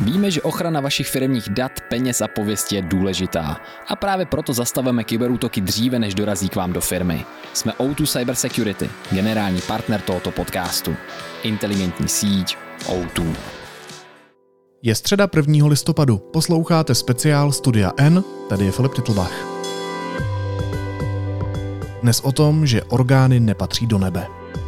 Víme, že ochrana vašich firemních dat, peněz a pověsti je důležitá. A právě proto zastavujeme kyberútoky dříve, než dorazí k vám do firmy. Jsme O2 Cybersecurity, generální partner tohoto podcastu. Inteligentní síť O2. Je středa 1. listopadu. Posloucháte speciál Studia N, tady je Filip Titlbach. Dnes o tom, že orgány nepatří do nebe.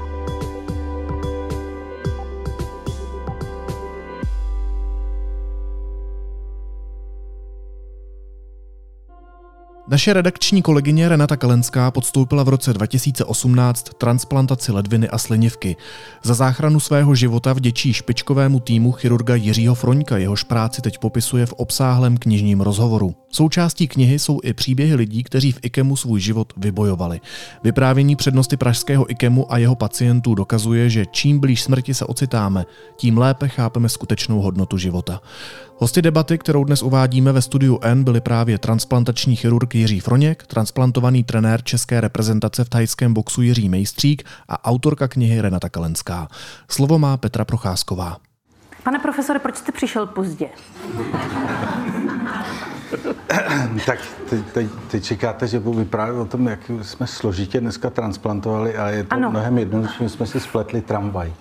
Naše redakční kolegyně Renata Kalenská podstoupila v roce 2018 transplantaci ledviny a slinivky. Za záchranu svého života vděčí špičkovému týmu chirurga Jiřího Froňka, jehož práci teď popisuje v obsáhlém knižním rozhovoru. Součástí knihy jsou i příběhy lidí, kteří v IKEMu svůj život vybojovali. Vyprávění přednosty pražského IKEMu a jeho pacientů dokazuje, že čím blíž smrti se ocitáme, tím lépe chápeme skutečnou hodnotu života. Hosty debaty, kterou dnes uvádíme ve Studiu N, byli právě transplantační chirurg Jiří Froněk, transplantovaný trenér české reprezentace v thajském boxu Jiří Mejstřík a autorka knihy Renata Kalenská. Slovo má Petra Procházková. Pane profesore, proč jste přišel pozdě? Tak teď čekáte, že budu vyprávět o tom, jak jsme složitě dneska transplantovali, ale je to mnohem jednodušší, jsme si spletli tramvaj.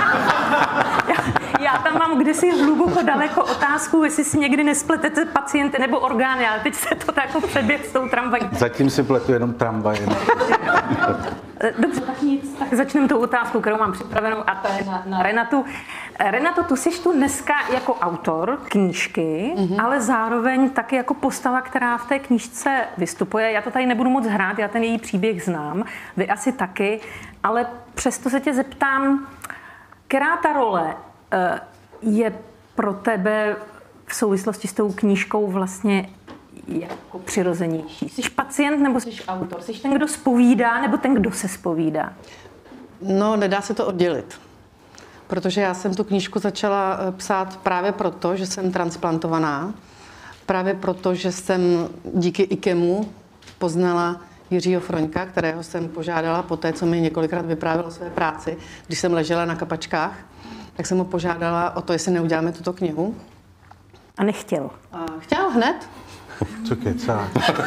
Já tam mám kdysi hluboko daleko otázku, jestli si někdy nespletete pacienty nebo orgány, ale teď se to jako předběh s tou tramvají. Zatím si pletu jenom tramvaj. Dobře, tak nic. Tak začneme tou otázkou, kterou mám připravenou, a to je na Renatu. Renato, tu jsi tu dneska jako autor knížky, ale zároveň taky jako postava, která v té knížce vystupuje. Já to tady nebudu moc hrát, já ten její příběh znám, vy asi taky, ale přesto se tě zeptám, která ta role je pro tebe v souvislosti s tou knížkou vlastně jako přirozenější? Jsi pacient nebo jsi autor? Jsi ten, kdo zpovídá, nebo ten, kdo se zpovídá? No, nedá se to oddělit. Protože já jsem tu knížku začala psát právě proto, že jsem transplantovaná. Právě proto, že jsem díky IKEMu poznala Jiřího Froňka, kterého jsem požádala po té, co mi několikrát vyprávěl o své práci. Když jsem ležela na kapačkách, tak jsem ho požádala o to, jestli neuděláme tuto knihu. A nechtěl? Chtěl hned. Co kecá?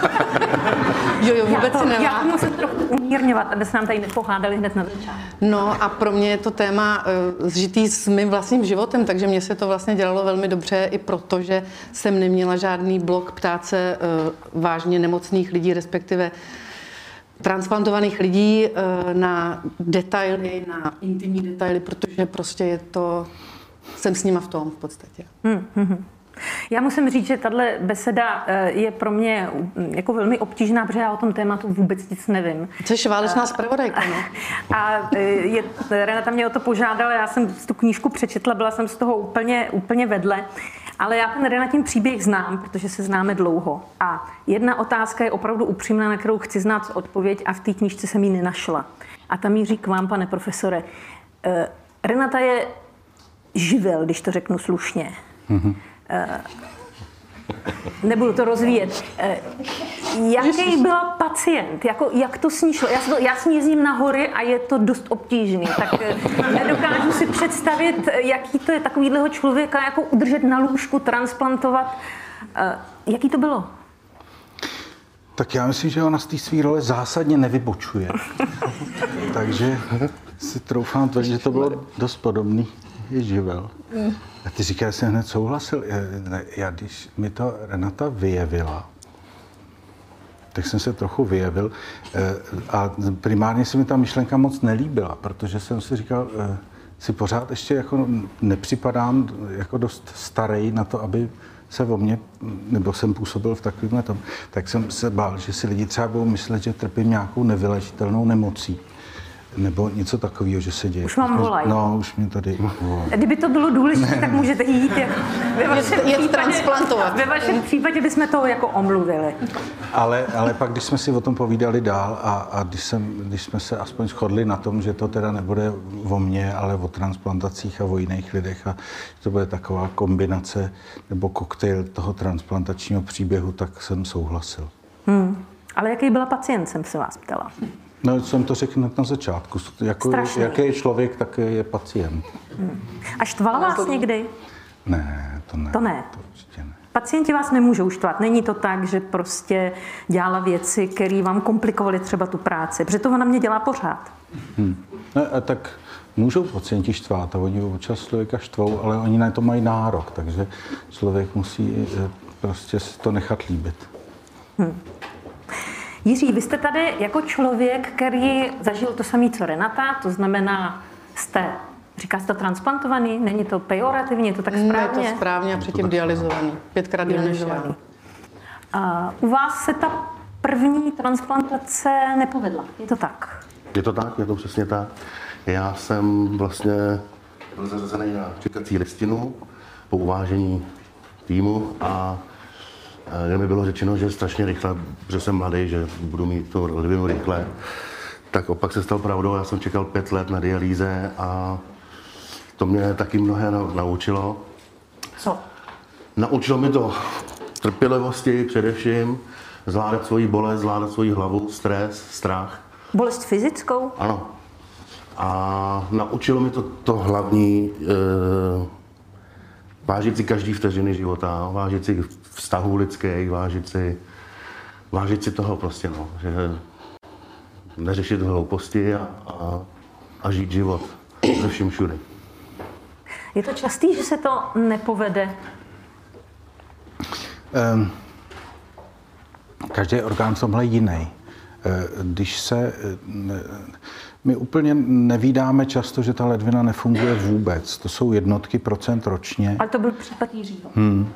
Jo, vůbec si nemá. Já to musím trochu umírňovat, aby se nám tady nepohádali hned na začátku. No a pro mě je to téma zžitý s mým vlastním životem, takže mě se to vlastně dělalo velmi dobře i proto, že jsem neměla žádný blok ptát se vážně nemocných lidí, respektive transplantovaných lidí na detaily, na intimní detaily, protože prostě je to, jsem s nima v tom v podstatě. Já musím říct, že tahle beseda je pro mě jako velmi obtížná, protože já o tom tématu vůbec nic nevím. Jsi válečná zpravodajka, no? A Renata mě o to požádala, já jsem tu knížku přečetla, byla jsem z toho úplně vedle, ale já ten Renatin příběh znám, protože se známe dlouho. A jedna otázka je opravdu upřímná, na kterou chci znát odpověď, a v té knížce jsem ji nenašla. A tam míří k vám, pane profesore. Renata je živel, když to řeknu slušně. Nebudu to rozvíjet. Jaký byl pacient? Jak to s ní šlo? Já s ní jezdím na hory a je to dost obtížný. Tak nedokážu si představit, jaký to je takovýhleho člověka jako udržet na lůžku, transplantovat. Jaký to bylo? Tak já myslím, že ona z té své role zásadně nevybočuje. Takže si troufám tvrdit, že to bylo dost podobný. Je živel. A ty říkáš, že jsem hned souhlasil. Když mi to Renata vyjevila, tak jsem se trochu vyjevil. A primárně se mi ta myšlenka moc nelíbila, protože jsem si říkal, si pořád ještě jako nepřipadám jako dost starý na to, aby se o mě, nebo jsem působil v takovémhle tom. Tak jsem se bál, že si lidi třeba budou myslet, že trpím nějakou nevylečitelnou nemocí. Nebo něco takového, že se děje. Už vám volají. No, už mě tady volají. Kdyby to bylo důležité, tak můžete jít transplantovat. Ve vašem případě bychom to jako omluvili. Ale pak, když jsme si o tom povídali dál a když jsme se aspoň shodli na tom, že to teda nebude o mně, ale o transplantacích a o jiných lidech a to bude taková kombinace nebo koktejl toho transplantačního příběhu, tak jsem souhlasil. Ale jaký byla pacient, jsem se vás ptala. No, jsem to řekl na začátku. Jaký je člověk, tak je pacient. A štvala vás někdy? Ne, to ne. To ne. To určitě ne. Pacienti vás nemůžou štvat. Není to tak, že prostě dělala věci, které vám komplikovaly třeba tu práci, protože to ona mě dělá pořád. Ne, a tak můžou pacienti štvát a oni občas člověka štvou, ale oni na to mají nárok, takže člověk musí prostě si to nechat líbit. Jiří, vy jste tady jako člověk, který zažil to samé, co Renata, to znamená, říká se to transplantovaný, není to pejorativní, je to tak správně? Ne, je to správně a předtím dializovaný. 5krát díl než já. U vás se ta první transplantace nepovedla, je to tak? Je to tak, je to přesně tak. Já jsem vlastně byl zařazený na čekací listinu po uvážení týmu a kde mi bylo řečeno, že strašně rychle, že jsem mladý, že budu mít to ledvinu rychle, tak opak se stal pravdou. Já jsem čekal 5 let na dialýze a to mě taky mnohé naučilo. Co? Naučilo mi to trpělivosti především, zvládat svoji bolest, zvládat svoji hlavu, stres, strach. Bolest fyzickou? Ano. A naučilo mi to hlavní, vážit si každý vteřiny života, vážit si vztahů lidských, vážit si toho prostě, no, že neřešit hlouposti a žít život ze vším všude. Je to častý, že se to nepovede? Každý orgán v tomhle je jiný. My úplně nevídáme často, že ta ledvina nefunguje vůbec. To jsou jednotky procent ročně. Ale to byl případ Jiřího.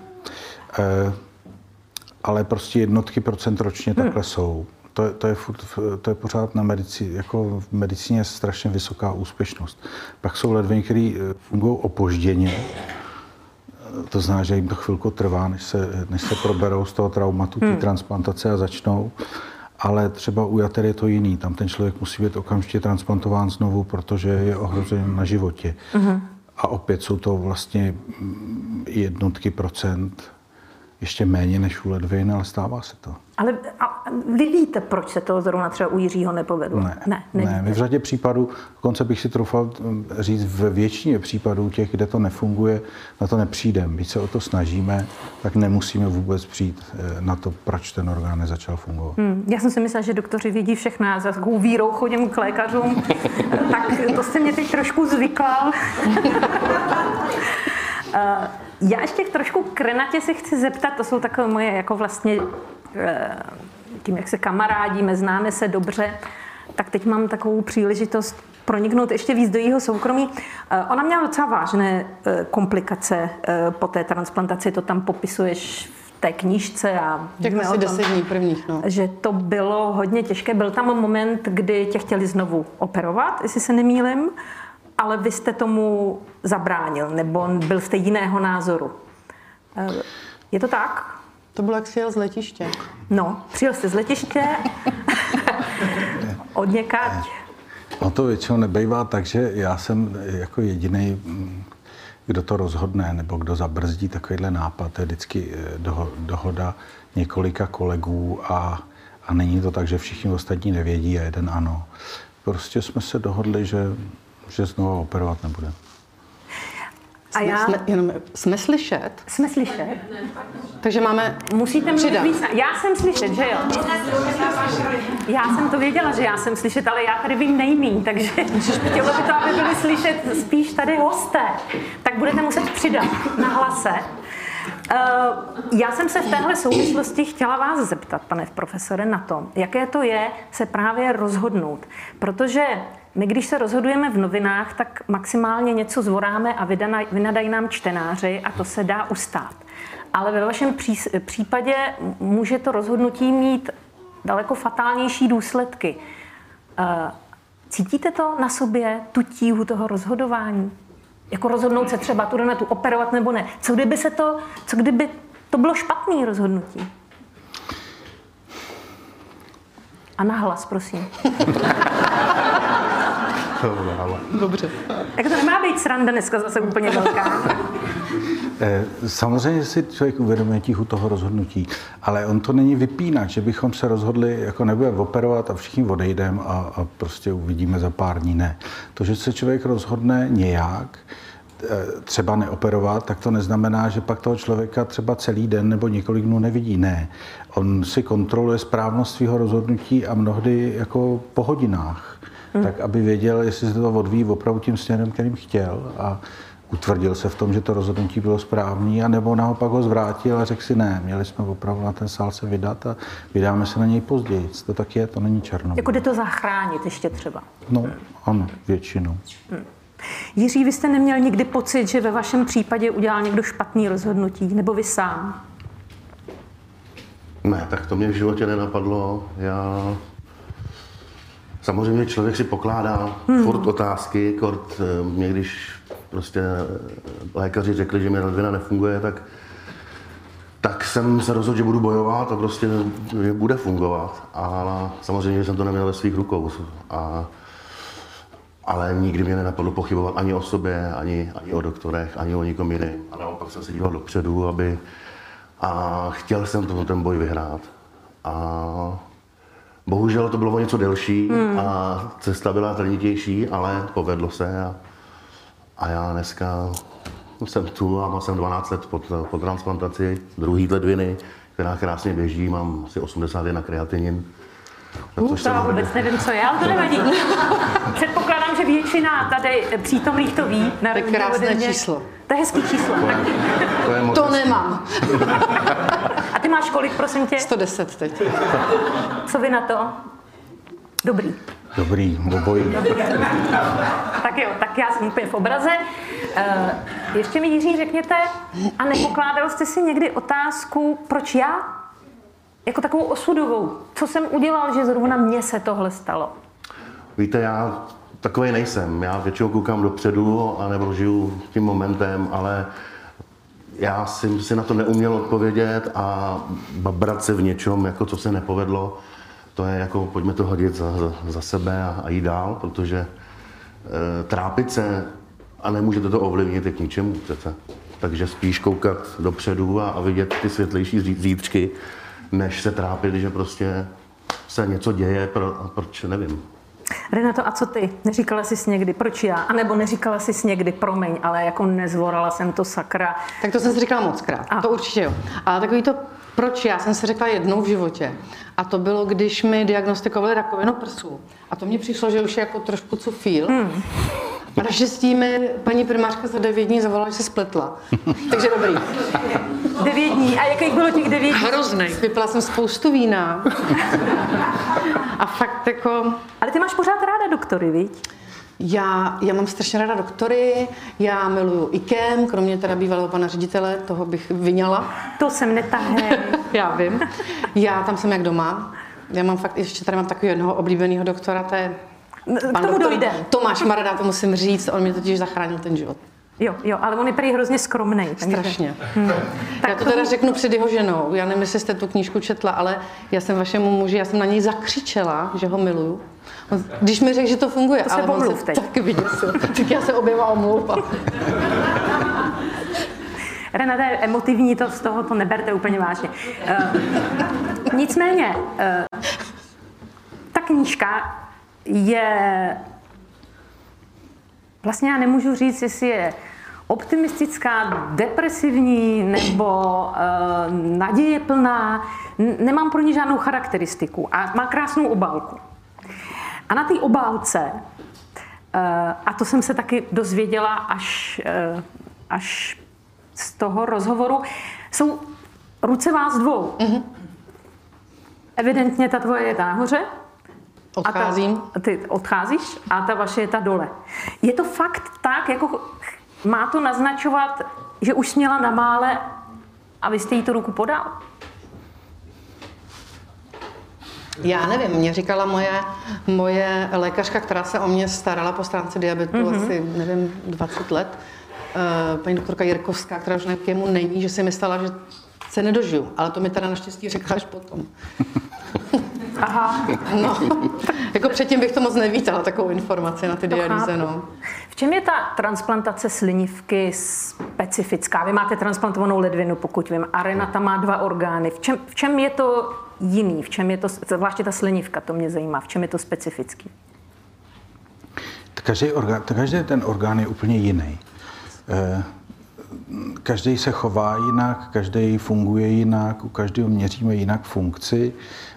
Ale prostě jednotky procent ročně takhle jsou. To je pořád jako v medicíně strašně vysoká úspěšnost. Pak jsou ledviny, které fungují opožděně. To znamená, že jim to chvilku trvá, než se proberou z toho traumatu té transplantace a začnou. Ale třeba u jater je to jiný. Tam ten člověk musí být okamžitě transplantován znovu, protože je ohrožen na životě. A opět jsou to vlastně jednotky procent, ještě méně než u ledvin, ale stává se to. Ale vy víte, proč se to zrovna třeba u Jiřího nepovedlo? Ne, my v řadě případů, dokonce bych si troufal říct, ve většině případů těch, kde to nefunguje, na to nepřijdeme. Když se o to snažíme, tak nemusíme vůbec přijít na to, proč ten orgán nezačal fungovat. Já jsem si myslela, že doktoři vědí všechno, já za takovou vírou chodím k lékařům, tak to jste mě teď trošku zvyklal. Já ještě trošku k Renatě se chci zeptat, to jsou takové moje jako vlastně tím, jak se kamarádíme, známe se dobře, tak teď mám takovou příležitost proniknout ještě víc do jejího soukromí. Ona měla docela vážné komplikace po té transplantaci, to tam popisuješ v té knížce. A těch asi 10 dní prvních, no. Že to bylo hodně těžké. Byl tam moment, kdy tě chtěli znovu operovat, jestli se nemýlim, ale vy jste tomu zabránil, nebo byl jste jiného názoru. Je to tak? To bylo, jak jsi jel z letiště. No, přijel jste z letiště, od někať. No to většinou nebejvá tak, že já jsem jako jediný, kdo to rozhodne, nebo kdo zabrzdí takovýhle nápad. To je vždycky dohoda několika kolegů a není to tak, že všichni ostatní nevědí a jeden ano. Prostě jsme se dohodli, že znovu operovat nebudeme. Jsme slyšet? Jsme slyšet. Takže máme musíte přidat. Já jsem slyšet, že jo? Já jsem to věděla, že já jsem slyšet, ale já tady vím nejmíň, takže chtělo by to, aby byli slyšet spíš tady hosté. Tak budete muset přidat na hlase. Já jsem se v téhle souvislosti chtěla vás zeptat, pane profesore, na to, jaké to je se právě rozhodnout. Protože my, když se rozhodujeme v novinách, tak maximálně něco zvoráme a vynadají nám čtenáři a to se dá ustát. Ale ve vašem případě může to rozhodnutí mít daleko fatálnější důsledky. Cítíte to na sobě, tu tíhu toho rozhodování? Jako rozhodnout se třeba tu Renatu operovat nebo ne? Co kdyby to bylo špatné rozhodnutí? A nahlas, prosím. Dobře. Tak to nemá být sranda dneska zase úplně velká. Samozřejmě si člověk uvědomuje tíhu toho rozhodnutí, ale on to není vypínat, že bychom se rozhodli, jako nebudeme operovat a všichni odejdeme a prostě uvidíme za pár dní. Ne. To, že se člověk rozhodne nějak, třeba neoperovat, tak to neznamená, že pak toho člověka třeba celý den nebo několik dnů nevidí. Ne. On si kontroluje správnost svého rozhodnutí a mnohdy jako po hodinách, tak aby věděl, jestli se to odvíjí opravdu tím směrem, kterým chtěl a utvrdil se v tom, že to rozhodnutí bylo správný, anebo naopak ho zvrátil a řekl si ne, měli jsme opravdu na ten sál se vydat a vydáme se na něj později. To tak je, to není černo. Jako jde to zachránit ještě třeba? No, ano, většinou. Jiří, vy jste neměl nikdy pocit, že ve vašem případě udělal někdo špatný rozhodnutí, nebo vy sám? Ne, tak to mě v životě nenapadlo. Samozřejmě člověk si pokládá furt otázky, kort mě, když prostě lékaři řekli, že mi ledvina nefunguje, tak jsem se rozhodl, že budu bojovat a prostě že bude fungovat. A samozřejmě jsem to neměl ve svých rukou. Ale nikdy mě nenapadlo pochybovat ani o sobě, ani o doktorech, ani o nikom jiném. A naopak jsem se díval dopředu, a chtěl jsem ten boj vyhrát. A bohužel to bylo o něco delší a cesta byla trnitější, ale povedlo se a já dneska jsem tu a jsem 12 let po transplantaci druhý ledviny, která krásně běží, mám asi 81 kreatinin. To vůbec nevím, co je, ale to nevadí. Předpokládám, že většina tady přítomných to ví. To je krásné číslo. To je hezký číslo. To nemám. A ty máš kolik, prosím tě? 110 teď. Co vy na to? Dobrý. Dobrý, obojí. Tak jo, tak já jsem úplně v obraze. Ještě mi, Jiří, řekněte, a nepokládal jste si někdy otázku, proč já? Jako takovou osudovou. Co jsem udělal, že zrovna mně se tohle stalo? Víte, já takovej nejsem. Já většinou koukám dopředu a nebo žiju tím momentem, ale já jsem si na to neuměl odpovědět a babrat se v něčem, jako co se nepovedlo, to je jako pojďme to hodit za sebe a jít dál, protože trápit se a nemůžete to ovlivnit je k ničemu přece. Takže spíš koukat dopředu a vidět ty světlejší zítřky, než se trápit, že prostě se něco děje, proč nevím. Renato, a co ty? Neříkala jsi někdy, proč já? A nebo neříkala jsi někdy, promiň, ale jako nezvorala jsem to, sakra. Tak to jsem si říkala mockrát, to určitě jo. Ale takový to, proč já jsem si řekla jednou v životě. A to bylo, když mi diagnostikovali rakovinu prsu. A to mně přišlo, že už je jako trošku cufíl. A naštěstí mi paní primářka za 9 dní zavolala, že se spletla. Takže dobrý. 9 dní. A jakých bylo těch 9 dní? Hrozný. Vypila jsem spoustu vína. A fakt jako... Ale ty máš pořád ráda doktory, viď? Já mám strašně ráda doktory, já miluju IKEM, kromě teda bývalého pana ředitele, toho bych vyňala. To jsem netahne. Já vím. Já tam jsem jak doma. Já mám fakt, ještě tady mám takového jednoho oblíbeného doktora, to je pan doktor Tomáš Marada, to musím říct, on mě totiž zachránil ten život. Jo, ale on je prý hrozně skromnej. Strašně. Já to teda řeknu před jeho ženou. Já nevím, jestli jste tu knížku četla, ale já jsem vašemu muži, já jsem na něj zakřičela, že ho miluju. Když mi řekl, že to funguje, to ale se on se taky vyděsil. Tak já se oběma omlouvám. Renata je emotivní, to z toho to neberte úplně vážně. Nicméně, ta knížka je... Vlastně já nemůžu říct, jestli je optimistická, depresivní nebo nadějeplná. Nemám pro ní žádnou charakteristiku a má krásnou obálku. A na té obálce, a to jsem se taky dozvěděla až z toho rozhovoru, jsou ruce vás dvou. Mm-hmm. Evidentně ta tvoje je ta nahoře. Odcházím. Ty odcházíš a ta vaše je ta dole. Je to fakt tak, jako má to naznačovat, že už jsi měla na mále a vy jste jí tu ruku podal? Já nevím, mě říkala moje lékařka, která se o mě starala po stránce diabetu asi, nevím, 20 let, paní doktorka Jirkovská, která už na IKEMu není, že si myslela, že se nedožiju, ale to mi teda naštěstí řekla až potom. Aha. No, jako předtím bych to moc nevítala, takovou informaci na ty dialýze, no. V čem je ta transplantace slinivky specifická? Vy máte transplantovanou ledvinu, pokud vím, a Renata má 2 orgány. V čem je to jiný? V čem je to, zvláště ta slinivka, to mě zajímá, v čem je to specifický? Každý ten orgán je úplně jiný. Každý se chová jinak, každý funguje jinak, u každého měříme jinak funkci.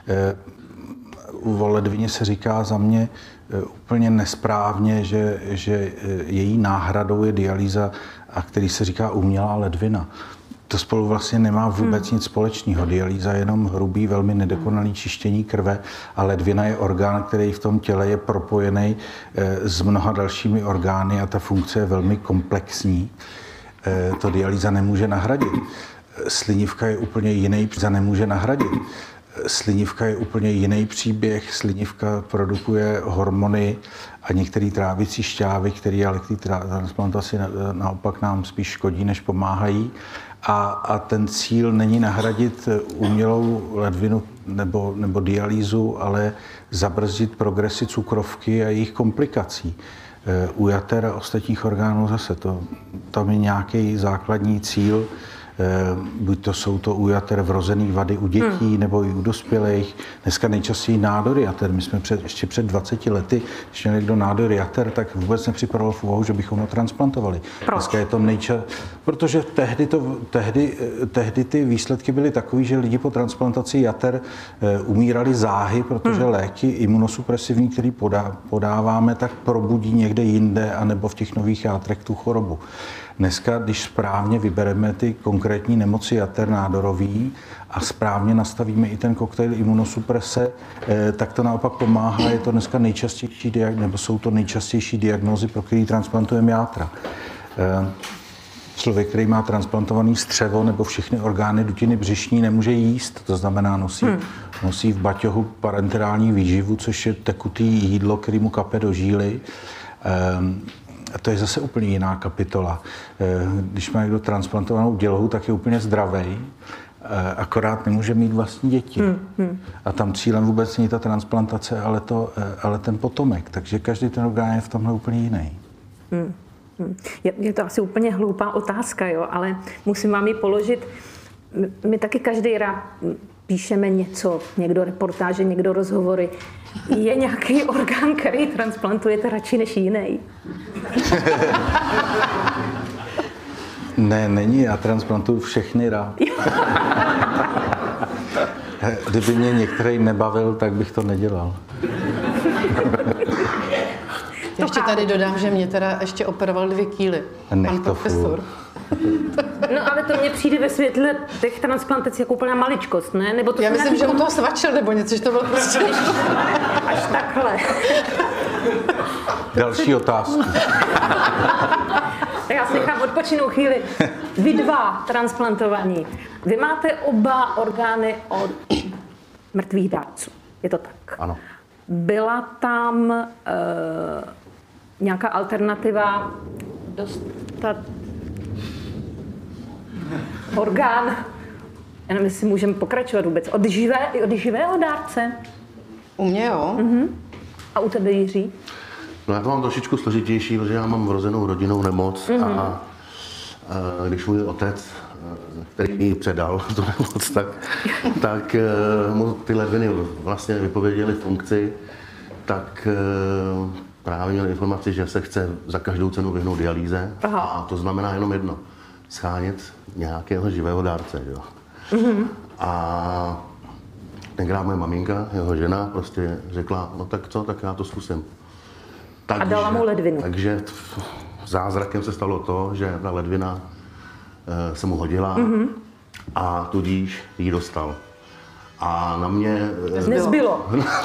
U ledvině se říká za mě úplně nesprávně, že její náhradou je dialýza, a který se říká umělá ledvina. To spolu vlastně nemá vůbec nic společného. Dialýza je jenom hrubý, velmi nedokonalý čištění krve a ledvina je orgán, který v tom těle je propojený s mnoha dalšími orgány a ta funkce je velmi komplexní. To dialýza nemůže nahradit. Slinivka je úplně jiný, nemůže nahradit. Slinivka je úplně jiný příběh. Slinivka produkuje hormony a některé trávicí šťávy, které ale k té transplantaci naopak nám spíš škodí, než pomáhají. A ten cíl není nahradit umělou ledvinu nebo dialýzu, ale zabrzdit progresi cukrovky a jejich komplikací. U jater a ostatních orgánů zase tam je nějaký základní cíl, buď to jsou to u jater vrozený vady u dětí nebo i u dospělých. Dneska nejčastěji nádory jater. My jsme ještě před 20 lety, když měl někdo nádory jater, tak vůbec nepřipadalo v úvahu, že bychom ho transplantovali. Proč? Dneska je to protože tehdy ty výsledky byly takové, že lidi po transplantaci jater umírali záhy, protože léky imunosupresivní, které podáváme, tak probudí někde jinde anebo v těch nových játrech tu chorobu. Dneska, když správně vybereme ty konkrétní nemoci jater nádorový a správně nastavíme i ten koktejl imunosuprese, tak to naopak pomáhá. Je to dneska nejčastější nebo jsou to nejčastější diagnózy, pro který transplantujeme játra. Člověk, který má transplantovaný střevo nebo všechny orgány dutiny břišní, nemůže jíst. To znamená, nosí v baťohu parenterální výživu, což je tekutý jídlo, který mu kape do žíly. A to je zase úplně jiná kapitola. Když má někdo transplantovanou dělohu, tak je úplně zdravý, akorát nemůže mít vlastní děti. A tam cílem vůbec není ta transplantace, ale ten potomek. Takže každý ten orgán je v tomhle úplně jiný. Je to asi úplně hloupá otázka, jo, ale musím vám ji položit. My taky každý rád píšeme něco, někdo reportáže, někdo rozhovory. Je nějaký orgán, který transplantujete radši než jiný? Ne, není. Já transplantuju všechny rád. Kdyby mě některý nebavil, tak bych to nedělal. Ještě tady dodám, že mě teda ještě operoval 2 kýly. Pan profesor. No ale to mně přijde ve světle těch transplantací jako úplná maličkost, ne? Nebo to já myslím, že u toho svačil nebo něco, že to bylo prostě... Až takhle. Další otázku. Tak já si nechám odpočinout chvíli. Vy 2 transplantovaní. Vy máte oba orgány od mrtvých dárců. Je to tak? Ano. Byla tam nějaká alternativa dostat orgán, já nevím, jestli můžeme pokračovat vůbec, od živého dárce? U mě jo. A u tebe, Jiří? No já to mám trošičku složitější, protože já mám vrozenou rodinnou nemoc a když můj otec, který mi předal tu nemoc, tak mu ty ledviny vlastně vypověděly funkci, tak právě měl informaci, že se chce za každou cenu vyhnout dialýze. Aha. A to znamená jenom jedno, schánět nějakého živého dárce. Jo. A tenkrát moje maminka, jeho žena, prostě řekla, no tak co, tak já to zkusím. A dala mu ledvinu. Takže zázrakem se stalo to, že ta ledvina se mu hodila a tudíž ji dostal. A na mě... Nezbylo.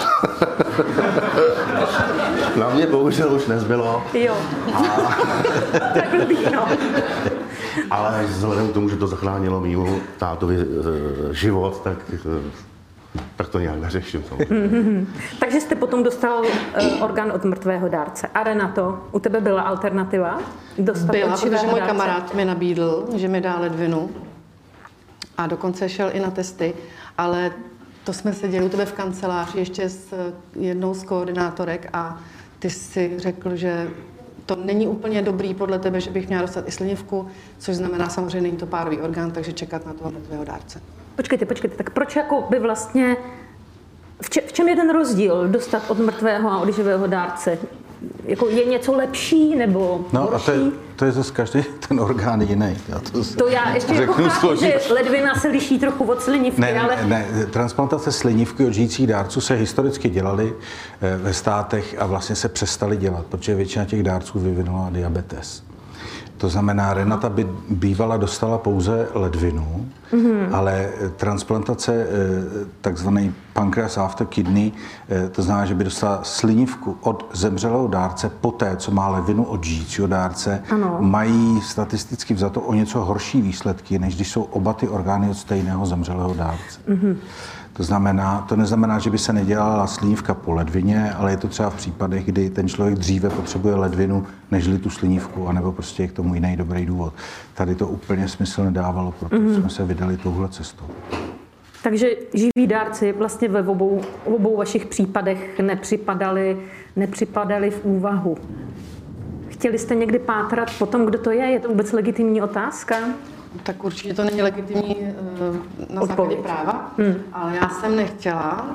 Na mě bohužel už nezbylo. Jo. Tak dobrý, no. Ale vzhledem k tomu, že to zachránilo mýmu tátovi život, tak to nějak neřeším. Takže jste potom dostal orgán od mrtvého dárce. A Renato, u tebe byla alternativa? Byla, protože můj kamarád mi nabídl, že mi dá ledvinu. A dokonce šel i na testy, ale to jsme seděli u tebe v kanceláři ještě s jednou z koordinátorek a ty si řekl, že to není úplně dobrý podle tebe, že bych měla dostat i slinivku, což znamená samozřejmě není to párový orgán, takže čekat na toho mrtvého dárce. Počkejte, tak proč jako by vlastně, v čem je ten rozdíl dostat od mrtvého a od živého dárce? Jako je něco lepší nebo horší? A to je zase každý ten orgán jiný. To já ještě jako chápu, že ledvina se liší trochu od slinivky, Ne, transplantace slinivky od žijících dárců se historicky dělaly ve státech a vlastně se přestaly dělat, protože většina těch dárců vyvinula diabetes. To znamená, Renata by bývala dostala pouze ledvinu, ale transplantace takzvaný pancreas after kidney, to znamená, že by dostala slinivku od zemřelého dárce poté, co má ledvinu od žijícího dárce, mají statisticky vzato o něco horší výsledky, než když jsou oba ty orgány od stejného zemřelého dárce. To neznamená, že by se nedělala slinivka po ledvině, ale je to třeba v případech, kdy ten člověk dříve potřebuje ledvinu, nežli tu slinivku, anebo prostě je k tomu jiný dobrý důvod. Tady to úplně smysl nedávalo, proto jsme se vydali touhle cestou. Takže živí dárci vlastně ve obou vašich případech nepřipadali v úvahu. Chtěli jste někdy pátrat po tom, kdo to je? Je to vůbec legitimní otázka? Tak určitě to není legitimní na základě práva, ale já jsem nechtěla,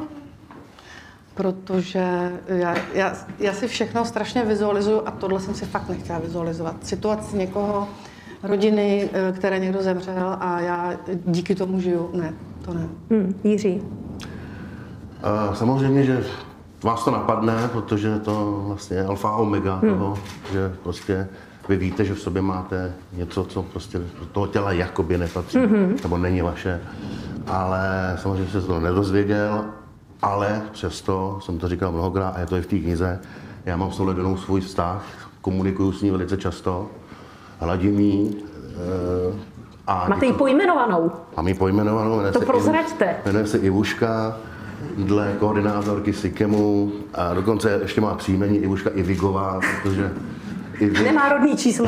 protože já si všechno strašně vizualizuju a tohle jsem si fakt nechtěla vizualizovat. Situaci někoho, rodiny, které někdo zemřel a já díky tomu žiju. Ne, to ne. Jiří? Samozřejmě, že vás to napadne, protože to vlastně je alfa a omega toho, že prostě vy víte, že v sobě máte něco, co prostě do toho těla jakoby nepatří, nebo není vaše, ale samozřejmě jsem se to nedozvěděl, ale přesto jsem to říkal mnohokrát a je to i v té knize. Já mám s tou ledvinou svůj vztah, komunikuju s ní velice často, hladím jí. Máte ji pojmenovanou? Mám ji pojmenovanou. To prozraďte. Jmenuje se Ivuška, dle koordinátorky SIKEMu a dokonce ještě má příjmení Ivuška Ivigová, protože nemá rodný číslo.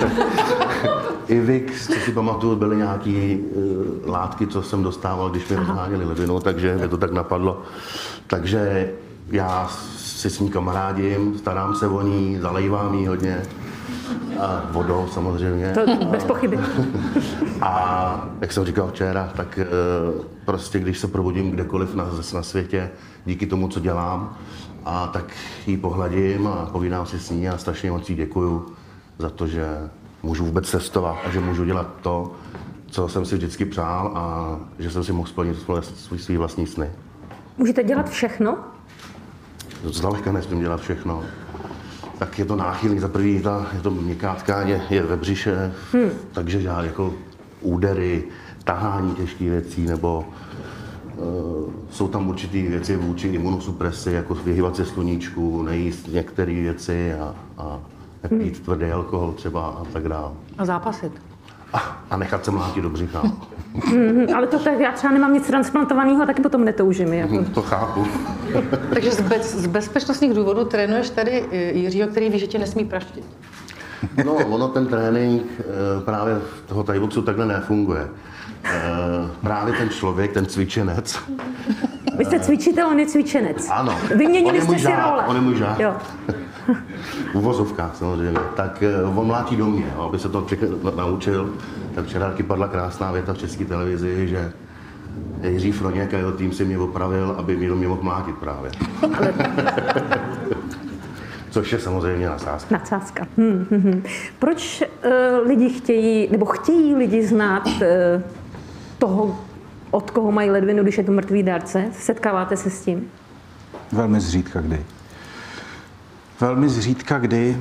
Ivix, co si pamatuju, byly nějaký látky, co jsem dostával, když mi rozháněli ledvinu, takže mě to tak napadlo. Takže já si s ní kamarádím, starám se o ní, zalejvám jí hodně. A vodou samozřejmě. To bez pochyby. A jak jsem říkal včera, tak prostě když se probudím kdekoliv na světě, díky tomu, co dělám, a tak ji pohladím a povídám si s ní a strašně moc jí děkuju za to, že můžu vůbec cestovat a že můžu dělat to, co jsem si vždycky přál a že jsem si mohl splnit svý vlastní sny. Můžete dělat všechno? Zdaleka nesmím dělat všechno. Tak je to náchylný, za prvý je to měkká tkáň, je ve břiše, takže žádné jako údery, tahání těžkých věcí, nebo jsou tam určitý věci vůči imunosupresi, jako vyhýbat se sluníčku, nejíst některé věci a nepít tvrdý alkohol třeba a tak dále. A zápasit. A nechat se mlátit do břicha. Ale to tak, já třeba nemám nic transplantovaného a taky potom netoužím. Jako. To chápu. Takže z bezpečnostních důvodů trénuješ tady Jiřího, který ví, že tě nesmí praštit. No, ono ten trénink právě toho thaiboxu takhle nefunguje. Právě ten člověk, ten cvičenec. Vy jste cvičitel, on je cvičenec. Ano. Vyměnili jste si role. On je můj žák. Jo. Uvozovkách samozřejmě. Tak on mlátí do mě, aby se to naučil. Tak včera taky padla krásná věta v České televizi, že Jiří Froněk a jeho tým si mě opravil, aby mě mohl mlátit právě. Ale... Což je samozřejmě nadsázka. Nadsázka. Proč lidi chtějí lidi znát toho, od koho mají ledvinu, když je to mrtvý dárce? Setkáváte se s tím? Velmi zřídka kdy. Velmi zřídka kdy.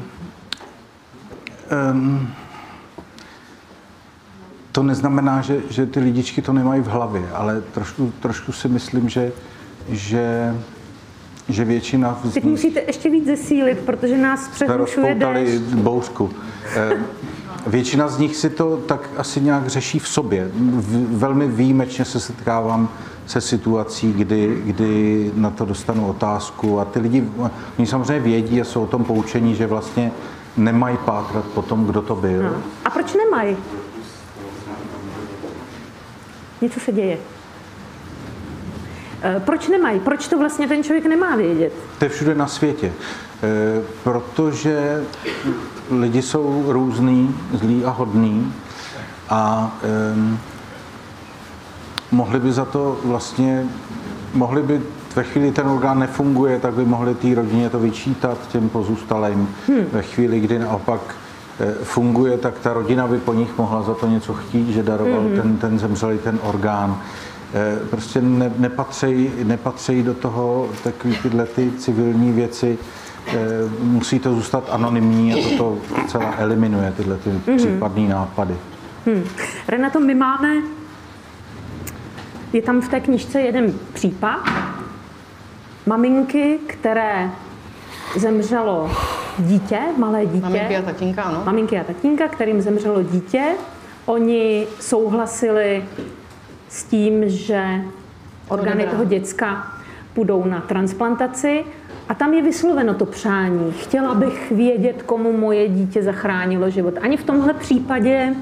To neznamená, že ty lidičky to nemají v hlavě, ale trošku si myslím, že většina z nich... Teď musíte ještě víc zesílit, protože nás přehlušuje déšť. Bouřku. Většina z nich si to tak asi nějak řeší v sobě. Velmi výjimečně se setkávám se situací, kdy na to dostanu otázku a ty lidi, oni samozřejmě vědí a jsou o tom poučení, že vlastně nemají pátrat po tom, kdo to byl. No. A proč nemají? Něco se děje. Proč nemají? Proč to vlastně ten člověk nemá vědět? To je všude na světě. Protože lidi jsou různý, zlí a hodný a mohli by ve chvíli ten orgán nefunguje, tak by mohli té rodině to vyčítat těm pozůstalým. Ve chvíli, kdy naopak funguje, tak ta rodina by po nich mohla za to něco chtít, že daroval ten zemřelý ten orgán. Prostě nepatří do toho takový tyhle ty civilní věci. Musí to zůstat anonymní a toto celá eliminuje tyhle ty případné nápady. Renato, my máme, je tam v té knížce jeden případ maminky, které zemřelo dítě, malé dítě. Maminky a tatínka, ano. Maminky a tatínka, kterým zemřelo dítě. Oni souhlasili s tím, že orgány toho děcka půjdou na transplantaci. A tam je vysloveno to přání. Chtěla bych vědět, komu moje dítě zachránilo život. Ani v tomhle případě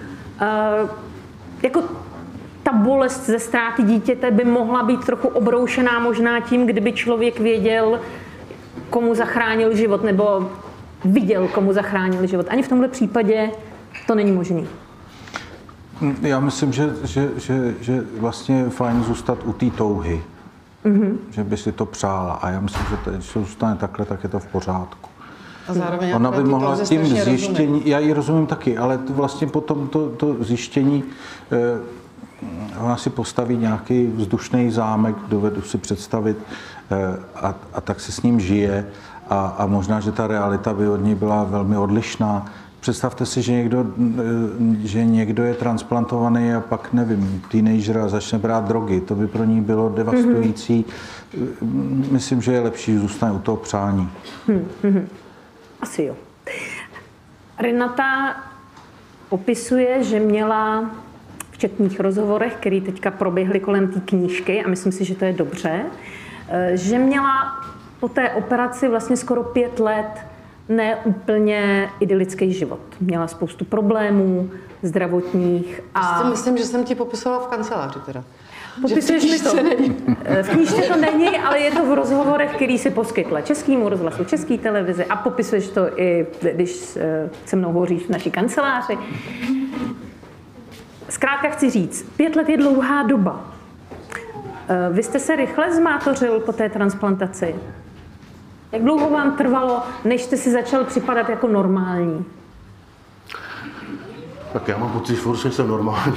jako ta bolest ze ztráty dítěte by mohla být trochu obroušená možná tím, kdyby člověk věděl, komu zachránil život, nebo viděl, komu zachránil život. Ani v tomhle případě to není možné. Já myslím, že vlastně je fajn zůstat u té touhy. Že by si to přála. A já myslím, že když to zůstane takhle, tak je to v pořádku. A zároveň ona by mohla tím zjištění, já ji rozumím taky, ale to vlastně potom to zjištění, ona si postaví nějaký vzdušný zámek, dovedu si představit, a tak se s ním žije. A možná, že ta realita by od něj byla velmi odlišná. Představte si, že někdo je transplantovaný a pak, nevím, teenager a začne brát drogy. To by pro ní bylo devastující. Myslím, že je lepší, že zůstane u toho přání. Asi jo. Renata popisuje, že měla v četných rozhovorech, které teďka proběhly kolem té knížky, a myslím si, že to je dobře, že měla po té operaci vlastně skoro 5 let neúplně idylický život. Měla spoustu problémů zdravotních. A myslím, že jsem ti popisovala v kanceláři teda. Popisuješ mi to? V knížce to není, ale je to v rozhovorech, který si poskytla Českému rozhlasu, České televizi, a popisuješ to i, když se mnou hovoříš v naší kanceláři. Zkrátka chci říct, 5 let je dlouhá doba. Vy jste se rychle zmátořil po té transplantaci? Jak dlouho vám trvalo, než jste si začal připadat jako normální? Tak já mám pocit, že jsem normální.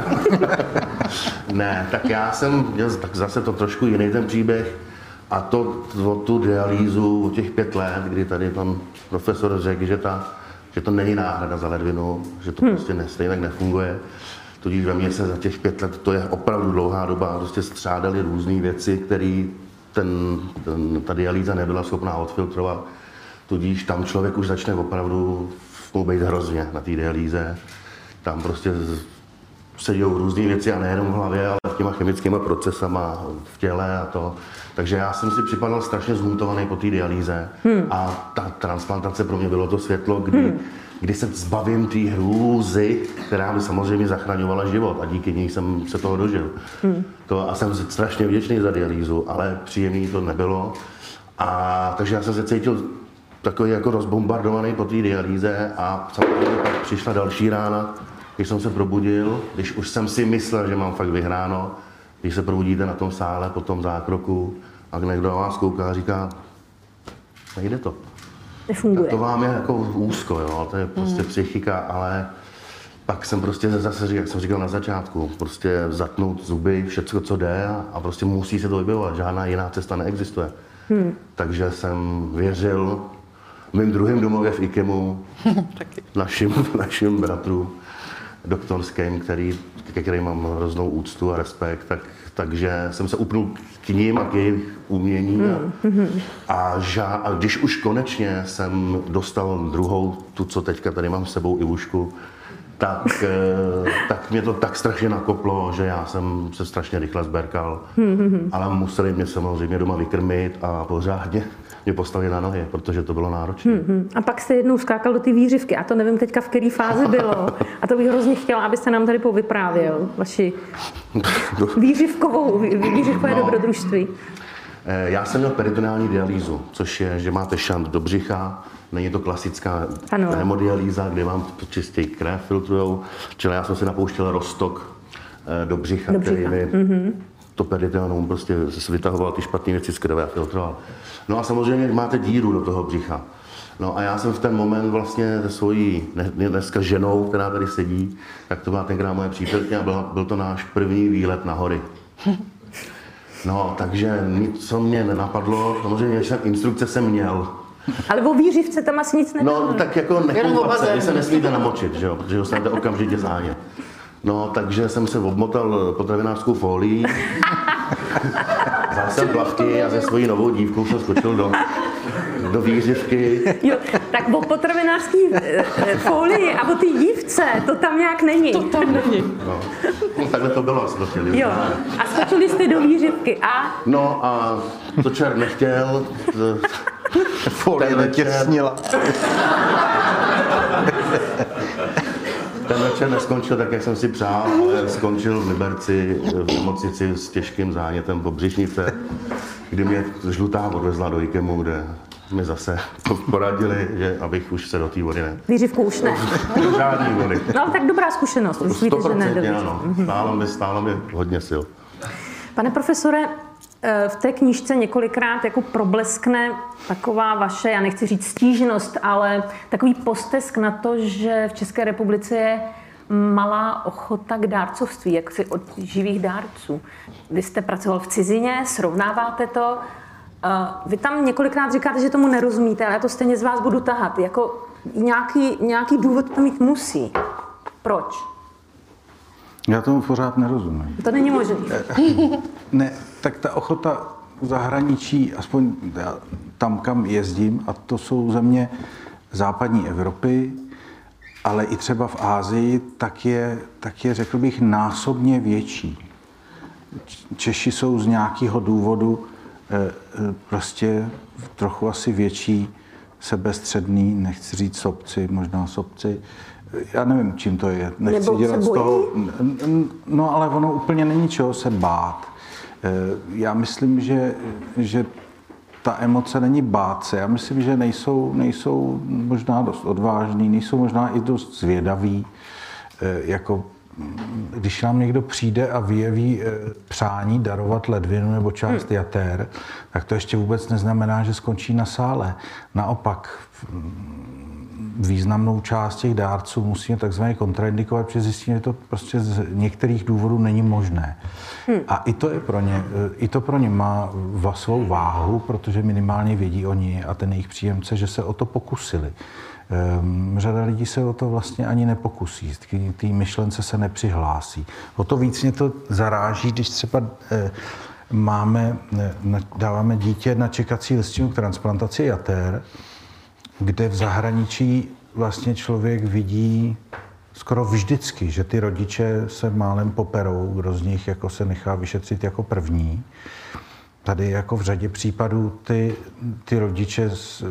Ne, tak já jsem měl tak zase to trošku jiný ten příběh. A to o tu dialýzu, o těch 5 let, kdy tady pan profesor řekl, že to není náhrada za ledvinu, že to prostě stejně nefunguje. Tudíž ve mně se za těch 5 let, to je opravdu dlouhá doba, prostě střádaly různé věci, které ta dialýza nebyla schopná odfiltrovat. Tudíž tam člověk už začne opravdu být hrozně na té dialýze. Tam prostě se dějou různé věci a nejenom v hlavě, ale těma chemickými procesama v těle a to. Takže já jsem si připadal strašně zhuntovaný po té dialýze a ta transplantace pro mě bylo to světlo, kdy se zbavím té hrůzy, která mi samozřejmě zachraňovala život a díky ní jsem se toho dožil. A jsem strašně vděčný za dialýzu, ale příjemný to nebylo. A takže já jsem se cítil takový jako rozbombardovaný po té dialýze a samozřejmě pak přišla další rána, když jsem se probudil, když už jsem si myslel, že mám fakt vyhráno, když se probudíte na tom sále po tom zákroku a někdo na vás kouká a říká, nejde to. Nefunguje. To vám je jako úzko, jo, to je prostě psychika, ale pak jsem prostě zase, jak jsem říkal na začátku, prostě zatnout zuby, všecko, co jde a prostě musí se to vybojovat, žádná jiná cesta neexistuje. Takže jsem věřil mým druhým domově v IKEMu, našim bratru doktorským, ke kterým mám hroznou úctu a respekt, takže jsem se upnul k ním a k jejich umění. A když už konečně jsem dostal druhou, tu, co teďka tady mám s sebou, Ivušku, tak mě to tak strašně nakoplo, že já jsem se strašně rychle zberkal. Ale museli mě samozřejmě doma vykrmit a pořádně mě postavit na nohy, protože to bylo náročné. A pak jste jednou skákal do té výřivky, a to nevím teďka, v které fázi bylo. A to bych hrozně chtěla, abyste nám tady povyprávěl vaši výřivkové dobrodružství. Já jsem měl peritoneální dialýzu, což je, že máte šant do břicha. Není to klasická hemodialýza, kde vám čistěji krev filtrujou. Čili já jsem si napouštěl roztok do břicha, který mi to peritoneum prostě vytahoval ty špatné věci z krve a filtroval. No a samozřejmě máte díru do toho břicha. No a já jsem v ten moment vlastně se svojí dneska ženou, která tady sedí, tak to byla tenkrát moje přítelkyně a byl to náš první výlet na hory. No, takže nic, co mě nenapadlo, samozřejmě, že instrukce jsem měl. Ale o výřivce tam asi nic nebylo. No, tak jako nekoupat se, vy se nesmíte namočit, že jo, protože dostanete okamžitě zánět. No, takže jsem se obmotal potravinářskou fólií, vzal jsem plavky a se svojí novou dívkou jsem skočil do výřivky. Jo, tak o potravinářský folii a o té dívce, to tam nějak není. To tam není. No, takhle to bylo, jsme to chtěli. Jo, a skočili jste do výřivky a? No a to čert nechtěl. Folie netěsnila. Ten večer neskončil tak, jak jsem si přál, ale skončil v Liberci v nemocnici s těžkým zánětem pobřišnice, kdy mě žlutá odvezla do IKEMu, kde mi zase poradili, že abych už se do té vody ne. Výřivku už ne. Do žádný vody. No ale tak dobrá zkušenost. Už víte, že ne. 100% ano. Stálo mi hodně sil. Pane profesore, v té knížce několikrát jako probleskne taková vaše, já nechci říct stížnost, ale takový postesk na to, že v České republice je malá ochota k dárcovství, jaksi od živých dárců. Vy jste pracoval v cizině, srovnáváte to. Vy tam několikrát říkáte, že tomu nerozumíte, ale já to stejně z vás budu tahat. Jako nějaký důvod to mít musí. Proč? Já tomu pořád nerozumím. To není možné. Ne, tak ta ochota v zahraničí, aspoň tam, kam jezdím, a to jsou země západní Evropy, ale i třeba v Asii, tak je řekl bych, násobně větší. Češi jsou z nějakého důvodu prostě trochu asi větší, sebestředný, nechci říct sobci, možná sobci. Já nevím, čím to je. Nechci dělat z toho. No, ale ono úplně není čeho se bát. Já myslím, že ta emoce není bát se. Já myslím, že nejsou možná dost odvážní, nejsou možná i dost zvědaví. Jako když nám někdo přijde a vyjeví přání darovat ledvinu nebo část jater, tak to ještě vůbec neznamená, že skončí na sále. Naopak, významnou část těch dárců musíme takzvaně kontraindikovat, protože zjistíme, že to prostě z některých důvodů není možné. A i to pro ně má svou váhu, protože minimálně vědí oni a ten jejich příjemce, že se o to pokusili. Řada lidí se o to vlastně ani nepokusí, k té myšlence se nepřihlásí. O to víc mě to zaráží, když třeba dáváme dítě na čekací listinu k transplantaci jater, kde v zahraničí vlastně člověk vidí skoro vždycky, že ty rodiče se málem poperou, kdo z nich jako se nechá vyšetřit jako první. Tady jako v řadě případů ty rodiče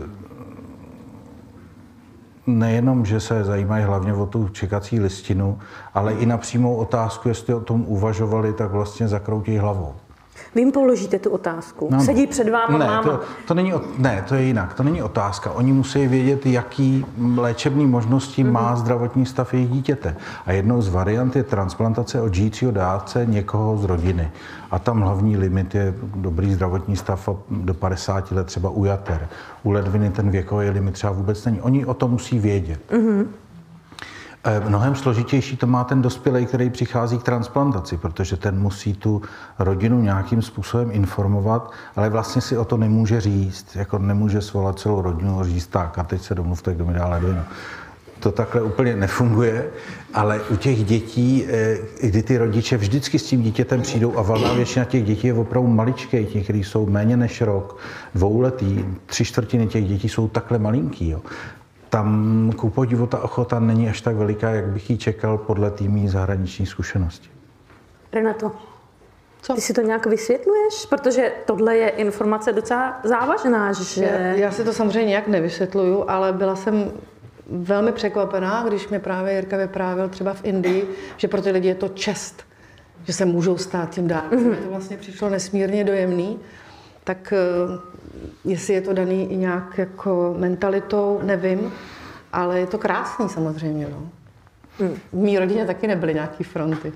nejenom, že se zajímají hlavně o tu čekací listinu, ale i na přímou otázku, jestli o tom uvažovali, tak vlastně zakroutí hlavou. Vy jim položíte tu otázku. No, sedí před váma máma. To je jinak. To není otázka. Oni musí vědět, jaký léčebný možnosti má zdravotní stav jejich dítěte. A jednou z variant je transplantace od žijícího dárce někoho z rodiny. A tam hlavní limit je dobrý zdravotní stav do 50 let, třeba u jater. U ledviny ten věkový limit třeba vůbec není. Oni o tom musí vědět. Mnohem složitější to má ten dospělý, který přichází k transplantaci, protože ten musí tu rodinu nějakým způsobem informovat, ale vlastně si o to nemůže říct, jako nemůže svolat celou rodinu a říct tak a teď se domluvte, kdo mi dá ledvinu. To takhle úplně nefunguje, ale u těch dětí, kdy ty rodiče vždycky s tím dítětem přijdou a valná většina těch dětí je opravdu maličké, těch, kteří jsou méně než rok, dvouletý, 3/4 těch dětí jsou takhle malinký. Jo. Tam ku podivu ta ochota není až tak veliká, jak bych ji čekal podle té mý zahraniční zkušenosti. Renato, ty si to nějak vysvětluješ? Protože tohle je informace docela závažná, že... Já si to samozřejmě nějak nevysvětluju, ale byla jsem velmi překvapená, když mi právě Jirka vyprávěl třeba v Indii, že pro ty lidi je to čest, že se můžou stát tím dárcem. Mně to vlastně přišlo nesmírně dojemný. Tak jestli je to daný i nějak jako mentalitou, nevím, ale je to krásný samozřejmě. No. V mý rodině taky nebyly nějaký fronty.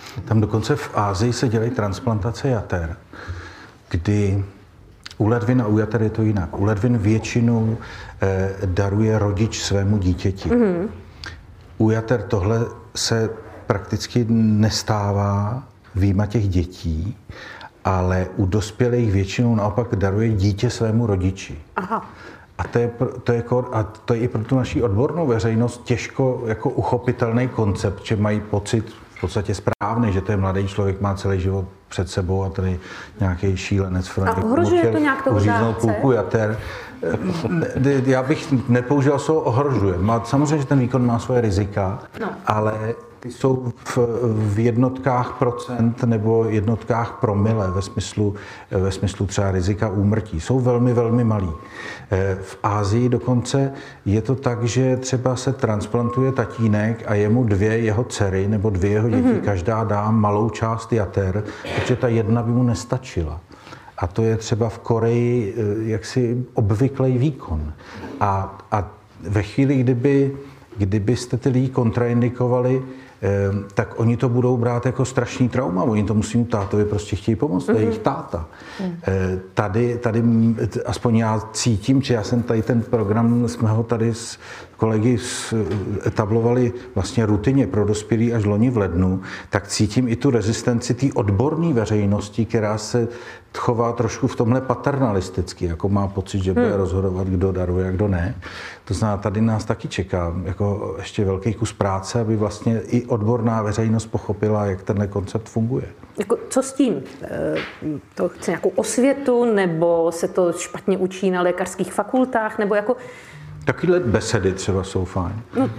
Tam dokonce v Asii se dělají transplantace jater, kdy u ledvin a u jater je to jinak. U ledvin většinou daruje rodič svému dítěti. U jater tohle se prakticky nestává vyjma těch dětí, ale u dospělých většinou naopak daruje dítě svému rodiči. Aha. A to je i pro tu naší odbornou veřejnost těžko jako uchopitelný koncept, že mají pocit v podstatě správný, že to je mladý člověk, má celý život před sebou a tady nějaký šílenec. A ohrožuje to nějak toho dárce? Půlku jater. Já bych nepoužil slovo ohrožuje. Samozřejmě, že ten výkon má svoje rizika, ale ty jsou v jednotkách procent nebo jednotkách promile ve smyslu třeba rizika úmrtí. Jsou velmi, velmi malí. V Asii dokonce je to tak, že třeba se transplantuje tatínek a jemu 2 jeho dcery nebo 2 jeho děti, každá dá malou část jater, protože ta jedna by mu nestačila. A to je třeba v Koreji jaksi obvyklý výkon. A ve chvíli, kdybyste ty lidi kontraindikovali, tak oni to budou brát jako strašný trauma. Oni to musí tátovi prostě chtějí pomoct, to je jejich táta. Tady aspoň já cítím, že já jsem tady ten program, jsme ho tady s kolegy etablovali vlastně rutině pro dospělí až loni v lednu, tak cítím i tu rezistenci té odborné veřejnosti, která se chová trošku v tomhle paternalisticky, jako má pocit, že bude rozhodovat, kdo daruje a kdo ne. To znamená, tady nás taky čeká jako ještě velký kus práce, aby vlastně i odborná veřejnost pochopila, jak tenhle koncept funguje. Jako, co s tím? To chce nějakou osvětu, nebo se to špatně učí na lékařských fakultách, nebo jako... Takovýhle besedy třeba jsou fajn. No.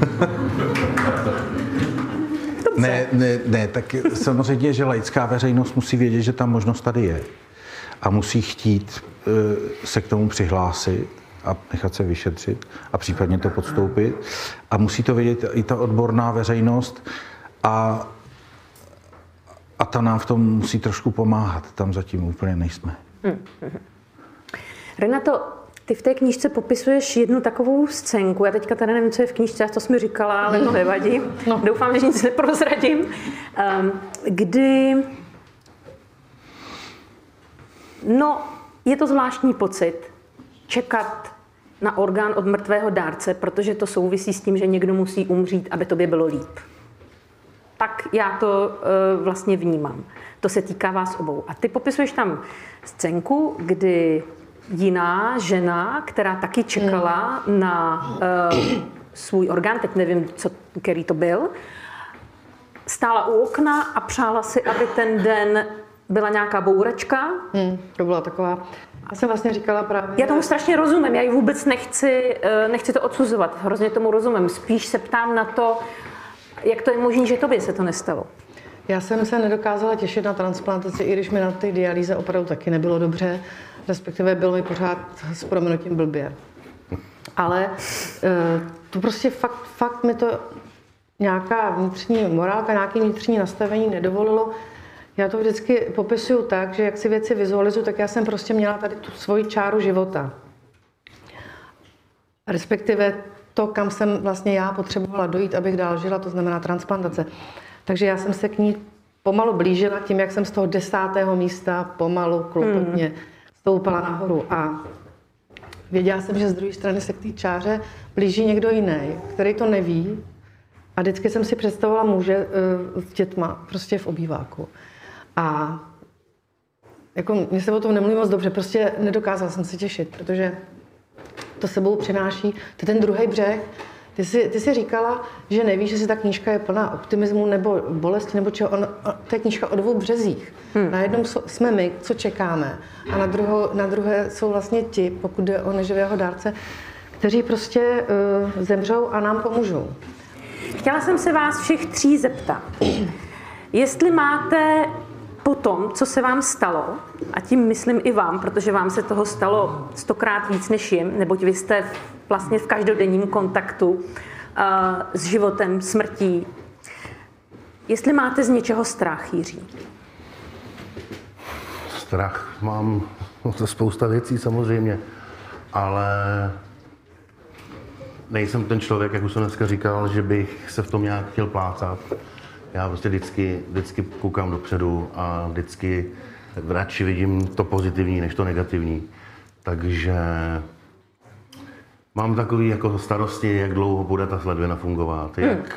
Ne, tak samozřejmě, že laická veřejnost musí vědět, že ta možnost tady je. A musí chtít se k tomu přihlásit a nechat se vyšetřit a případně to podstoupit. A musí to vědět i ta odborná veřejnost a ta nám v tom musí trošku pomáhat. Tam zatím úplně nejsme. Renato, ty v té knížce popisuješ jednu takovou scénku. Já teďka tady nevím, co je v knížce, to jsi mi říkala, ale to nevadí. Doufám, že nic neprozradím. Kdy... No, je to zvláštní pocit čekat na orgán od mrtvého dárce, protože to souvisí s tím, že někdo musí umřít, aby tobě bylo líp. Tak já to vlastně vnímám. To se týká vás obou. A ty popisuješ tam scénku, kdy jiná žena, která taky čekala na svůj orgán, teď nevím, který to byl, stála u okna a přála si, aby ten den byla nějaká bouračka. To byla taková... Já jsem vlastně říkala právě... Já tomu strašně rozumím, já ji vůbec nechci to odsuzovat, hrozně tomu rozumím. Spíš se ptám na to, jak to je možné, že tobě se to nestalo. Já jsem se nedokázala těšit na transplantaci, i když mi na ty dialýze opravdu taky nebylo dobře, respektive bylo mi pořád s prominutím blbě. Ale to prostě fakt mi to nějaká vnitřní morálka, nějaké vnitřní nastavení nedovolilo. Já to vždycky popisuju tak, že jak si věci vizualizuju, tak já jsem prostě měla tady tu svoji čáru života. Respektive to, kam jsem vlastně já potřebovala dojít, abych dál žila, to znamená transplantace. Takže já jsem se k ní pomalu blížila tím, jak jsem z toho 10. místa pomalu, klopotně stoupala nahoru. A věděla jsem, že z druhé strany se k té čáře blíží někdo jiný, který to neví. A vždycky jsem si představovala muže s dětma, prostě v obýváku. A jako mě se o tom nemluví moc dobře, prostě nedokázala jsem se těšit, protože to sebou přináší, to je ten druhý břeh. Ty jsi říkala, že nevíš, že si ta knížka je plná optimismu nebo bolesti, nebo čeho. To je knížka o 2 březích. Na jednom jsme my, co čekáme, a na druhé jsou vlastně ti, pokud jde o neživého dárce, kteří prostě zemřou a nám pomůžou. Chtěla jsem se vás všech 3 zeptat, jestli máte po tom, co se vám stalo, a tím myslím i vám, protože vám se toho stalo 100krát víc než jim, neboť vy jste vlastně v každodenním kontaktu s životem, smrtí. Jestli máte z něčeho strach, Jiří? Strach mám ze spousta věcí samozřejmě, ale nejsem ten člověk, jak už jsem dneska říkal, že bych se v tom nějak chtěl plácat. Já prostě vždycky koukám dopředu a vždycky radši vidím to pozitivní, než to negativní. Takže mám takový jako starosti, jak dlouho bude ta sledvina fungovat,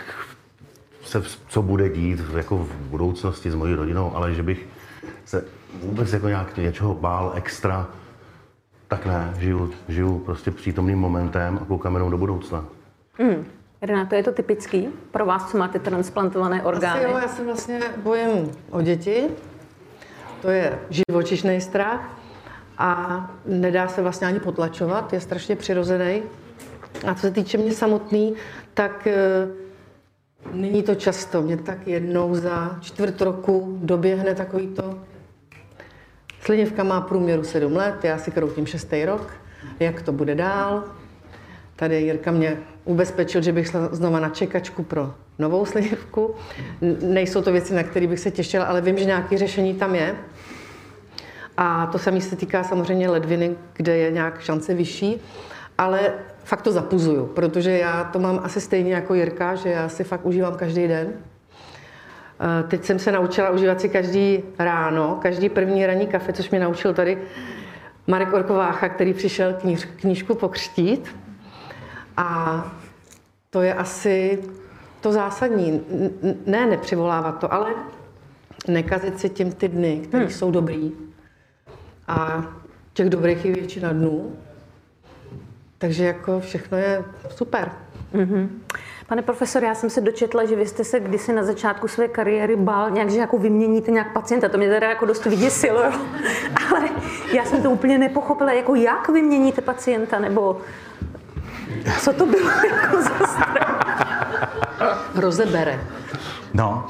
co bude dít jako v budoucnosti s mojí rodinou, ale že bych se vůbec jako nějak něčeho bál extra, tak ne, žiju prostě přítomným momentem a koukám jenom do budoucna. Renato, je to typický pro vás, co máte transplantované orgány? Asi jo, já se vlastně bojím o děti, to je živočišný strach a nedá se vlastně ani potlačovat, je strašně přirozený. A co se týče mě samotný, tak není to často, mě tak jednou za čtvrt roku doběhne takovýto. Slinivka má průměru 7 let, já si kroutím 6. rok, jak to bude dál. Tady Jirka mě ubezpečil, že bych šla znova na čekačku pro novou slinivku. Nejsou to věci, na které bych se těšila, ale vím, že nějaké řešení tam je. A to samé se týká samozřejmě ledviny, kde je nějak šance vyšší, ale fakt to zapuzuju, protože já to mám asi stejně jako Jirka, že já si fakt užívám každý den. Teď jsem se naučila užívat si každý ráno, každý první ranní kafe, což mě naučil tady Marek Orkovácha, který přišel knížku pokřtít. A to je asi to zásadní. Ne nepřivolávat to, ale nekazit si tím ty dny, které jsou dobrý. A těch dobrých je většina dnů. Takže jako všechno je super. Pane profesor, já jsem se dočetla, že vy jste se kdysi na začátku své kariéry bál nějak, že jako vyměníte nějak pacienta. To mě teda jako dost vyděsilo, jo. Ale já jsem to úplně nepochopila, jako jak vyměníte pacienta, nebo co to bylo jako za strach? Rozebere. No,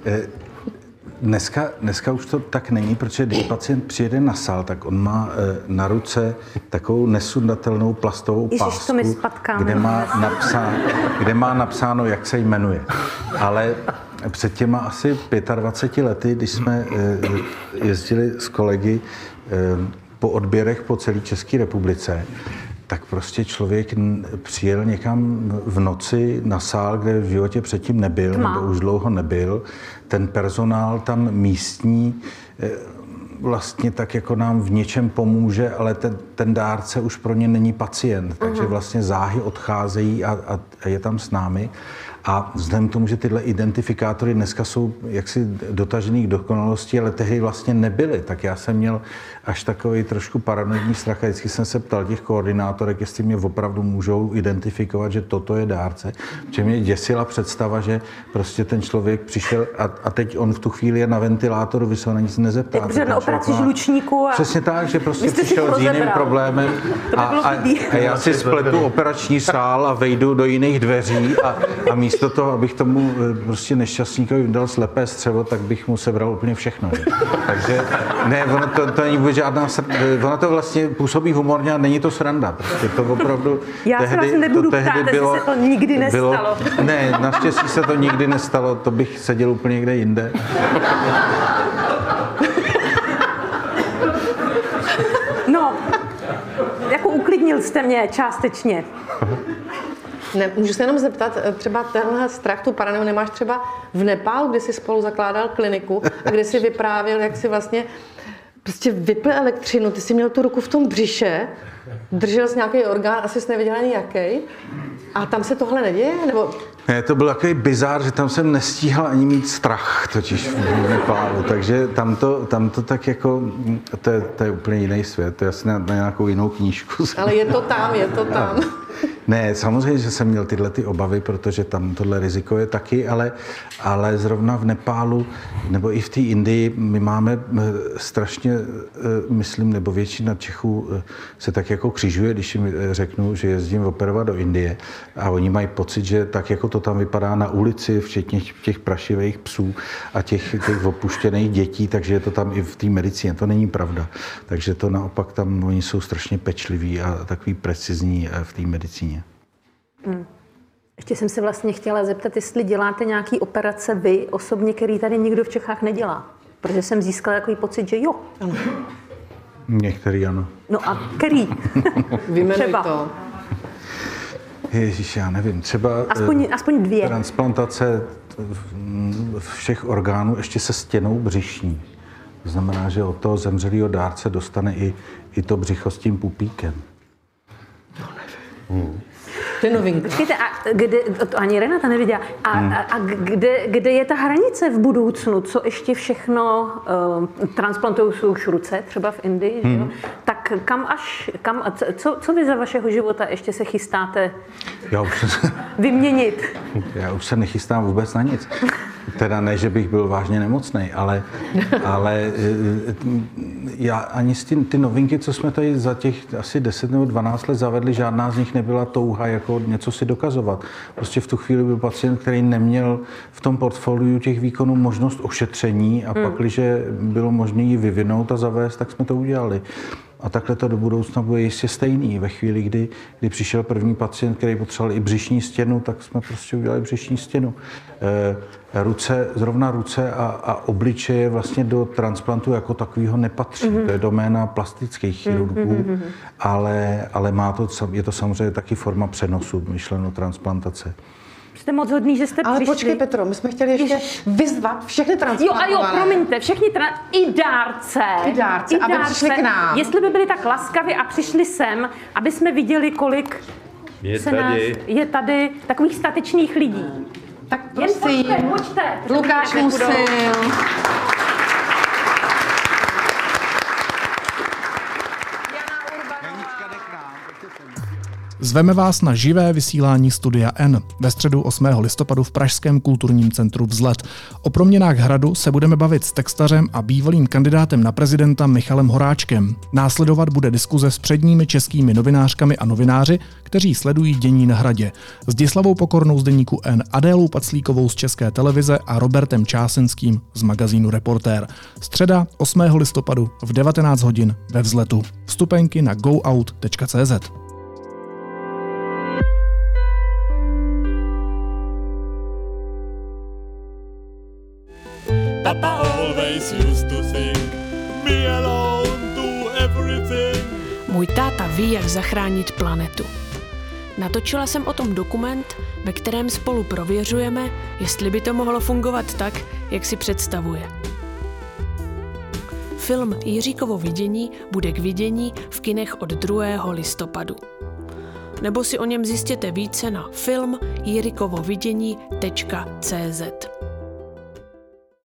dneska už to tak není, protože když pacient přijede na sál, tak on má na ruce takovou nesundatelnou plastovou pásku, kde má napsáno, jak se jmenuje. Ale před těma asi 25 lety, když jsme jezdili s kolegy po odběrech po celé České republice, tak prostě člověk přijel někam v noci na sál, kde v životě předtím nebyl, nebo už dlouho nebyl. Ten personál tam místní vlastně tak jako nám v něčem pomůže, ale ten dárce už pro ně není pacient, takže vlastně záhy odcházejí a je tam s námi. A vzhledem k tomu, že tyhle identifikátory dneska jsou jaksi dotažený k dokonalosti, ale tehdy vlastně nebyly, tak já jsem měl až takový trošku paranoidní strach a vždycky jsem se ptal těch koordinátorek, jestli mě opravdu můžou identifikovat, že toto je dárce. Protože mě děsila představa, že prostě ten člověk přišel a teď on v tu chvíli je na ventilátoru, vy se ho na nic nezeptáte. Takže na operaci žlučníku. Přesně tak, že prostě přišel s jiným problémem a já si spletu operační sál a vejdu do jiných dveří a místo toho, abych tomu prostě nešťastníkovi dal slepé střevo, tak bych mu sebral úplně všechno. Takže ne, ono to není vůbec žádná ono to vlastně působí humorně a není to sranda. Prostě to opravdu já se vlastně nebudu ptát, jestli se to nikdy nestalo. Ne, naštěstí se to nikdy nestalo, to bych seděl úplně někde jinde. No, jako uklidnil jste mě částečně. Ne, můžu se jenom zeptat, třeba tenhle strach, tu paranoju nemáš třeba v Nepálu, kde jsi spolu zakládal kliniku a kde jsi vyprávěl, jak si vlastně prostě vypl elektřinu, ty jsi měl tu ruku v tom břiše, držel jsi nějaký orgán, asi jsi nevěděl ani jaký. A tam se tohle neděje? Nebo... Ne, to byl takový bizár, že tam jsem nestíhal ani mít strach totiž v Nepálu, takže tam to tak jako, to je úplně jiný svět, to je asi na nějakou jinou knížku. Ale je to tam. Ne, samozřejmě, že jsem měl tyhle ty obavy, protože tam tohle riziko je taky, ale zrovna v Nepálu nebo i v té Indii my máme strašně, myslím, nebo většina Čechů se tak jako křižuje, když jim řeknu, že jezdím operovat do Indie a oni mají pocit, že tak jako to tam vypadá na ulici, včetně těch prašivých psů a těch opuštěných dětí, takže je to tam i v té medicíně. To není pravda. Takže to naopak tam oni jsou strašně pečliví a takový precizní v té medicíně. Ještě jsem se vlastně chtěla zeptat, jestli děláte nějaký operace vy osobně, který tady nikdo v Čechách nedělá. Protože jsem získala takový pocit, že jo. Ano. Některý ano. No a který? Vyjmenuj to. Ježíš, já nevím, třeba aspoň 2. Transplantace všech orgánů ještě se stěnou břišní. To znamená, že od toho zemřelého dárce dostane i to břicho s tím pupíkem. To je novinka. Počkejte, a kde, to ani Renata neviděla, a kde je ta hranice v budoucnu? Co ještě všechno transplantují už ruce, třeba v Indii, že jo? Tak co vy za vašeho života ještě se chystáte vyměnit? Já už se nechystám vůbec na nic. Teda ne, že bych byl vážně nemocnej, ale já ani ty novinky, co jsme tady za těch asi 10 nebo 12 let zavedli, žádná z nich nebyla touha jako něco si dokazovat. Prostě v tu chvíli byl pacient, který neměl v tom portfoliu těch výkonů možnost ošetření a pak, když bylo možné ji vyvinout a zavést, tak jsme to udělali. A takhle to do budoucna bude jistě stejný. Ve chvíli, kdy přišel první pacient, který potřeboval i břišní stěnu, tak jsme prostě udělali břišní stěnu. Zrovna ruce a obličeje vlastně do transplantu jako takového nepatří. To je doména plastických chirurgů, ale je to samozřejmě taky forma přenosu, myšleno transplantace. Jste moc hodný, že jste Ale přišli. počkej, Petro, my jsme chtěli ještě vyzvat všechny transplantované. Jo, promiňte, všechny i dárce, aby přišli k nám. Jestli by byli tak laskaví a přišli sem, aby jsme viděli, kolik je tady takových statečných lidí. Tak Jen pojďte. Lukáš musil. Zveme vás na živé vysílání Studia N ve středu 8. listopadu v Pražském kulturním centru Vzlet. O proměnách hradu se budeme bavit s textařem a bývalým kandidátem na prezidenta Michalem Horáčkem. Následovat bude diskuze s předními českými novinářkami a novináři, kteří sledují dění na hradě. S Zdislavou Pokornou z deníku N, Adélou Paclíkovou z České televize a Robertem Čásenským z magazínu Reportér. Středa 8. listopadu v 19 hodin ve Vzletu. Vstupenky na goout.cz. Papa always used to sing, me alone do everything. Můj táta ví, jak zachránit planetu. Natočila jsem o tom dokument, ve kterém spolu prověřujeme, jestli by to mohlo fungovat tak, jak si představuje. Film Jiříkovo vidění bude k vidění v kinech od 2. listopadu. Nebo si o něm zjistěte více na filmjirikovovidění.cz.